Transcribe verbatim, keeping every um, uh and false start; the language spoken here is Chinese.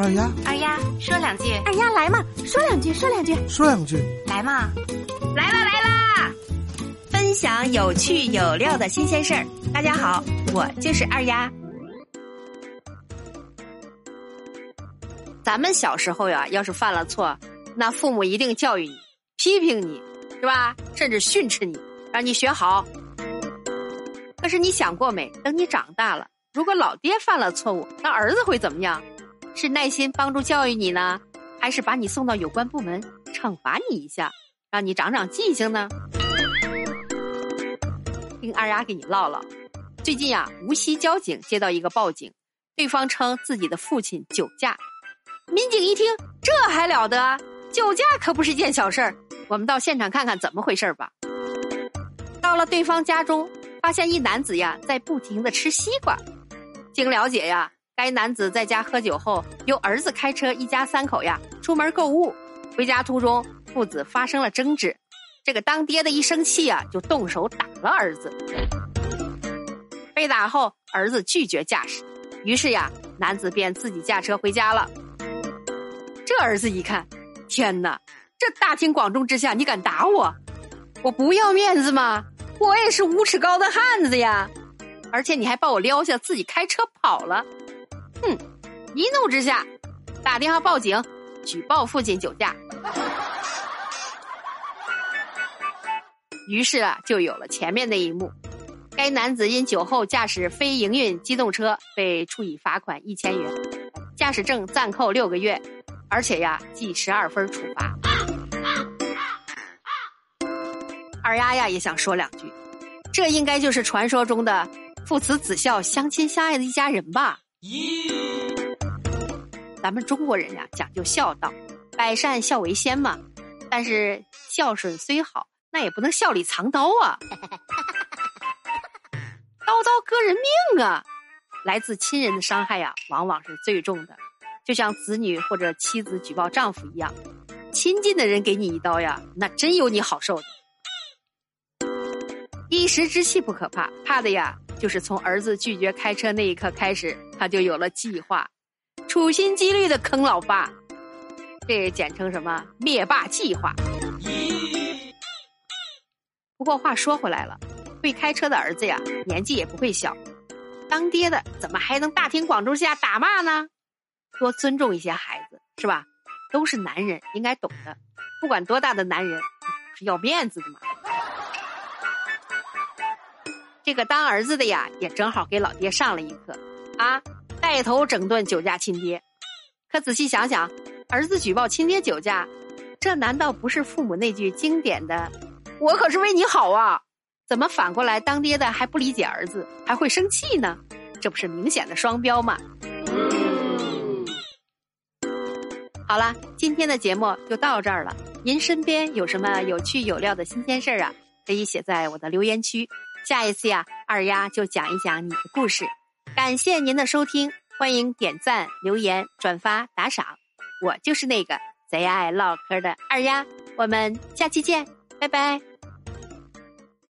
二丫， 二丫，说两句。 二丫来嘛，说两句，说两句， 说两句， 来嘛，来啦来啦！分享有趣有料的新鲜事儿。大家好，我就是二丫。咱们小时候呀，要是犯了错，那父母一定教育你，批评你，是吧？甚至训斥你，让你学好。可是你想过没？等你长大了，如果老爹犯了错误，那儿子会怎么样？是耐心帮助教育你呢，还是把你送到有关部门惩罚你一下，让你长长记性呢？听二丫给你唠唠。最近啊，无锡交警接到一个报警，对方称自己的父亲酒驾。民警一听，这还了得？酒驾可不是件小事儿，我们到现场看看怎么回事吧。到了对方家中，发现一男子呀在不停地吃西瓜。经了解呀，该男子在家喝酒后，由儿子开车，一家三口呀出门购物。回家途中，父子发生了争执。这个当爹的一生气啊，就动手打了儿子。被打后，儿子拒绝驾驶，于是呀，男子便自己驾车回家了。这儿子一看，天哪，这大庭广众之下你敢打我？我不要面子吗？我也是无耻高的汉子呀！而且你还把我撩下，自己开车跑了。哼！一怒之下，打电话报警，举报父亲酒驾。于是啊，就有了前面那一幕。该男子因酒后驾驶非营运机动车，被处以罚款一千元，驾驶证暂扣六个月，而且呀，记十二分处罚。二丫呀也想说两句，这应该就是传说中的父慈子孝、相亲相爱的一家人吧？咱们中国人呀讲究孝道，百善孝为先嘛。但是孝顺虽好，那也不能笑里藏刀啊！刀刀割人命啊！来自亲人的伤害呀，往往是最重的。就像子女或者妻子举报丈夫一样，亲近的人给你一刀呀，那真有你好受的。一时之气不可怕，怕的呀，就是从儿子拒绝开车那一刻开始，他就有了计划，处心积虑的坑老爸，这简称什么？灭霸计划。不过话说回来了，会开车的儿子呀，年纪也不会小，当爹的怎么还能大庭广众下打骂呢？多尊重一些孩子，是吧？都是男人，应该懂的。不管多大的男人，是要面子的嘛。这个当儿子的呀，也正好给老爹上了一课啊，带头整顿酒驾亲爹。可仔细想想，儿子举报亲爹酒驾，这难道不是父母那句经典的“我可是为你好啊”？怎么反过来当爹的还不理解儿子，还会生气呢？这不是明显的双标吗？好了，今天的节目就到这儿了。您身边有什么有趣有料的新鲜事儿啊？可以写在我的留言区。下一次呀，二丫就讲一讲你的故事。感谢您的收听，欢迎点赞、留言、转发、打赏。我就是那个贼爱唠嗑的二丫，我们下期见，拜拜。